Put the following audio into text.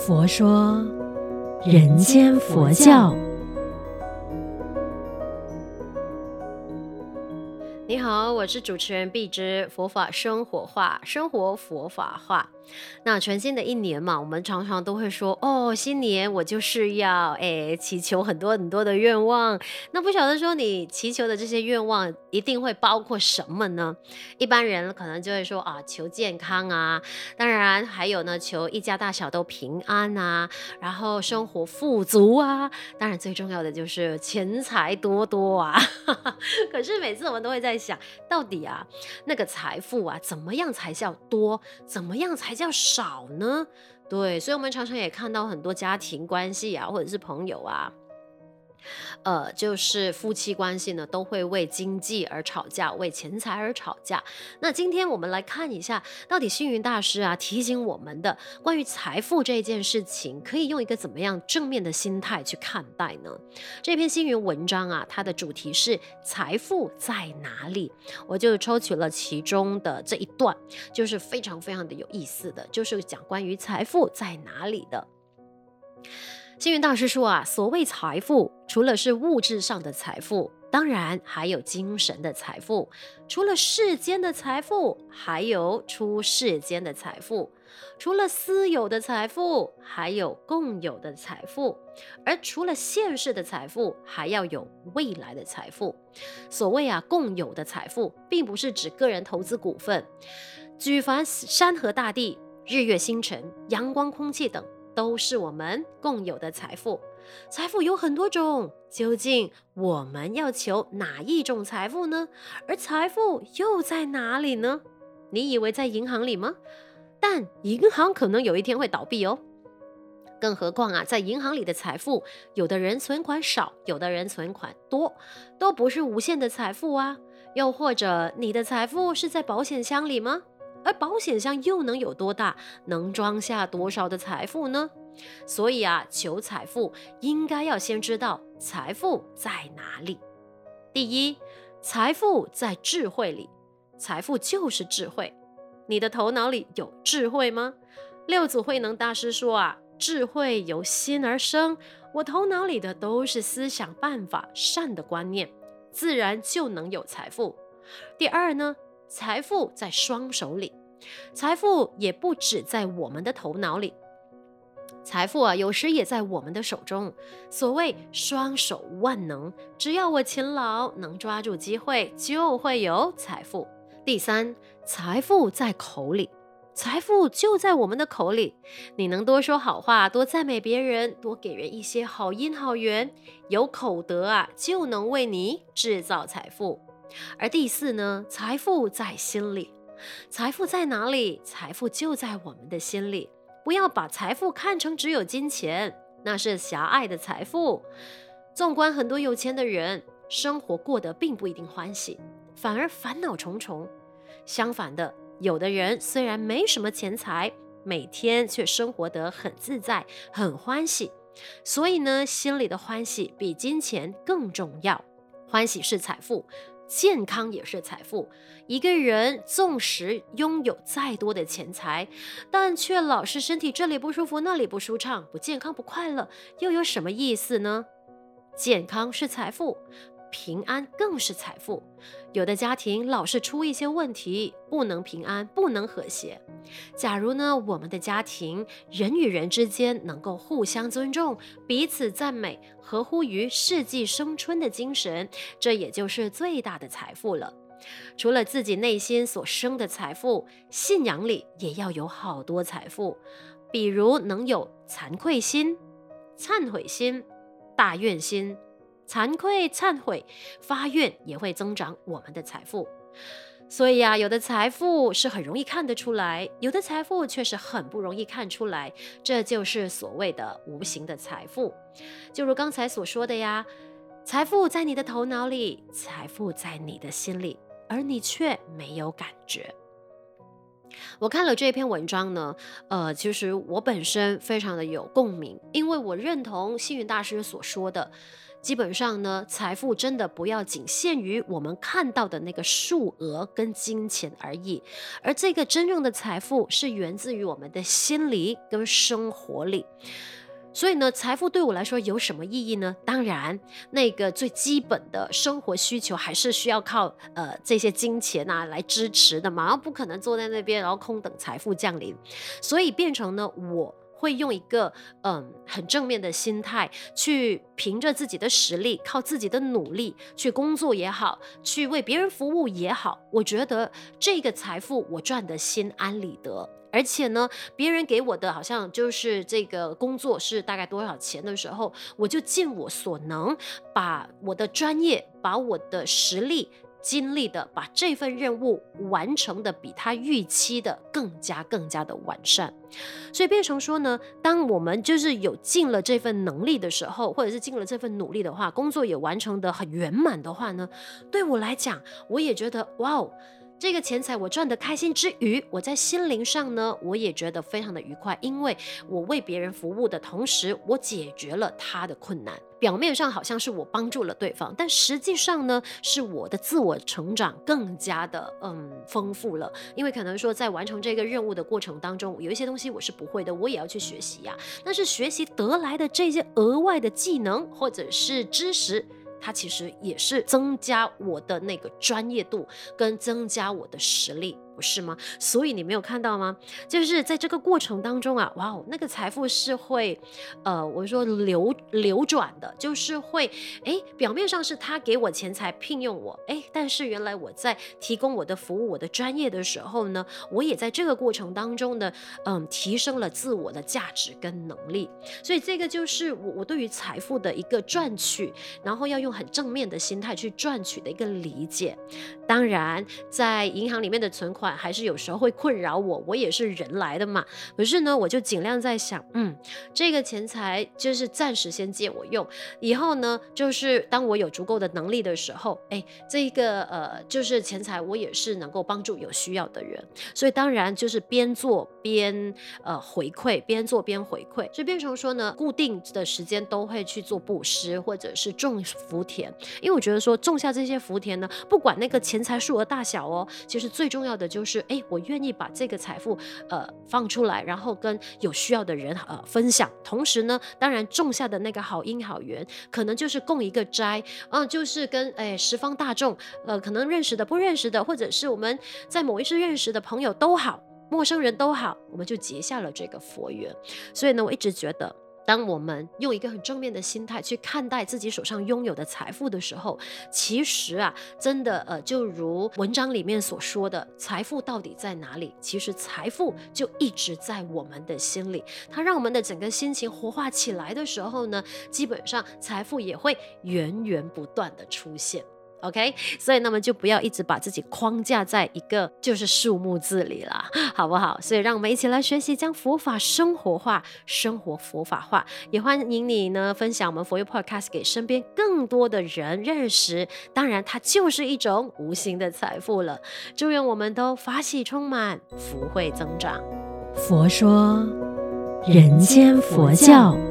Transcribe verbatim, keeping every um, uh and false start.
佛说人间佛教。 你好，我是主持人碧芝，佛法生活化，生活佛法化。那全新的一年嘛，我们常常都会说，哦，新年我就是要诶祈求很多很多的愿望。那不晓得说你祈求的这些愿望一定会包括什么呢？一般人可能就会说啊，求健康啊，当然还有呢，求一家大小都平安啊，然后生活富足啊，当然最重要的就是钱财多多啊。可是每次我们都会在想，到底啊那个财富啊怎么样才叫多，怎么样才叫少呢？对，所以我们常常也看到很多家庭关系啊，或者是朋友啊，呃，就是夫妻关系呢，都会为经济而吵架，为钱财而吵架。那今天我们来看一下，到底星云大师啊提醒我们的关于财富这件事情，可以用一个怎么样正面的心态去看待呢？这篇星云文章啊，它的主题是财富在哪里？我就抽取了其中的这一段，就是非常非常的有意思的，就是讲关于财富在哪里的。星云大师说啊，所谓财富，除了是物质上的财富，当然还有精神的财富；除了世间的财富，还有出世间的财富；除了私有的财富，还有共有的财富；而除了现世的财富，还要有未来的财富。所谓啊，共有的财富，并不是指个人投资股份，举凡山河大地、日月星辰、阳光空气等，都是我们共有的财富。财富有很多种，究竟我们要求哪一种财富呢？而财富又在哪里呢？你以为在银行里吗？但银行可能有一天会倒闭哦。更何况啊，在银行里的财富，有的人存款少，有的人存款多，都不是无限的财富啊。又或者你的财富是在保险箱里吗？而保险箱又能有多大，能装下多少的财富呢？所以啊，求财富应该要先知道财富在哪里。第一，财富在智慧里，财富就是智慧。你的头脑里有智慧吗？六祖慧能大师说啊，智慧由心而生，我头脑里的都是思想办法、善的观念，自然就能有财富。第二呢，财富在双手里，财富也不只在我们的头脑里，财富啊，有时也在我们的手中。所谓双手万能，只要我勤劳，能抓住机会，就会有财富。第三，财富在口里，财富就在我们的口里。你能多说好话，多赞美别人，多给人一些好因好缘，有口德啊，就能为你制造财富。而第四呢，财富在心里。财富在哪里？财富就在我们的心里。不要把财富看成只有金钱，那是狭隘的财富。纵观很多有钱的人，生活过得并不一定欢喜，反而烦恼重重。相反的，有的人虽然没什么钱财，每天却生活得很自在，很欢喜。所以呢，心里的欢喜比金钱更重要。欢喜是财富，健康也是财富。一个人纵使拥有再多的钱财，但却老是身体这里不舒服，那里不舒畅，不健康不快乐，又有什么意思呢？健康是财富，平安更是财富。有的家庭老是出一些问题，不能平安，不能和谐。假如呢，我们的家庭人与人之间能够互相尊重，彼此赞美，合乎于世纪生春的精神，这也就是最大的财富了。除了自己内心所生的财富，信仰里也要有好多财富，比如能有惭愧心、忏悔心、大愿心。惭愧、忏悔、发愿也会增长我们的财富。所以啊，有的财富是很容易看得出来，有的财富却是很不容易看出来，这就是所谓的无形的财富。就如刚才所说的呀，财富在你的头脑里，财富在你的心里，而你却没有感觉。我看了这篇文章呢，呃，其实我本身非常的有共鸣，因为我认同星云大师所说的， 基本上呢，财富真的不要仅限于我们看到的那个数额跟金钱而已，而这个真正的财富是源自于我们的心理跟生活里。所以呢，财富对我来说有什么意义呢？当然，那个最基本的生活需求还是需要靠呃这些金钱啊来支持的嘛，然后不可能坐在那边然后空等财富降临，所以变成呢我。会用一个嗯很正面的心态，去凭着自己的实力，靠自己的努力去工作也好，去为别人服务也好，我觉得这个财富我赚得心安理得。而且呢，别人给我的好像就是这个工作是大概多少钱的时候，我就尽我所能，把我的专业，把我的实力。尽力的把这份任务完成的比他预期的更加更加的完善，所以变成说呢，当我们就是有尽了这份能力的时候，或者是尽了这份努力的话，工作也完成的很圆满的话呢，对我来讲，我也觉得哇哦。这个钱财我赚得开心之余，我在心灵上呢，我也觉得非常的愉快，因为我为别人服务的同时，我解决了他的困难。表面上好像是我帮助了对方，但实际上呢，是我的自我成长更加的嗯丰富了。因为可能说在完成这个任务的过程当中，有一些东西我是不会的，我也要去学习呀、啊。但是学习得来的这些额外的技能或者是知识，它其实也是增加我的那个专业度跟增加我的实力，不是吗？所以你没有看到吗？就是在这个过程当中啊，哇哦，那个财富是会呃我说流流转的，就是会哎，表面上是他给我钱财聘用我，哎，但是原来我在提供我的服务我的专业的时候呢，我也在这个过程当中呢嗯提升了自我的价值跟能力。所以这个就是我我对于财富的一个赚取，然后要用很正面的心态去赚取的一个理解。当然在银行里面的存款还是有时候会困扰我，我也是人来的嘛。可是呢，我就尽量在想，嗯，这个钱财就是暂时先借我用，以后呢，就是当我有足够的能力的时候，哎，这个呃，就是钱财我也是能够帮助有需要的人。所以当然就是边做边呃回馈，边做边回馈，所以变成说呢，固定的时间都会去做布施或者是种福田，因为我觉得说种下这些福田呢，不管那个钱财数额大小哦，其实最重要的就是，哎，我愿意把这个财富呃放出来，然后跟有需要的人呃分享。同时呢，当然种下的那个好因好缘，可能就是供一个斋，嗯、呃，就是跟哎十方大众，呃，可能认识的、不认识的，或者是我们在某一世认识的朋友都好，陌生人都好，我们就结下了这个佛缘。所以呢，我一直觉得。当我们用一个很正面的心态去看待自己手上拥有的财富的时候，其实啊，真的呃，就如文章里面所说的，财富到底在哪里？其实财富就一直在我们的心里，它让我们的整个心情活化起来的时候呢，基本上财富也会源源不断的出现。OK， 所以那么就不要一直把自己框架在一个就是数目字里啦，好不好？所以让我们一起来学习将佛法生活化，生活佛法化。也欢迎你呢分享我们佛佑 Podcast 给身边更多的人认识，当然它就是一种无形的财富了。祝愿我们都法喜充满，福慧增长。 佛说人间佛教。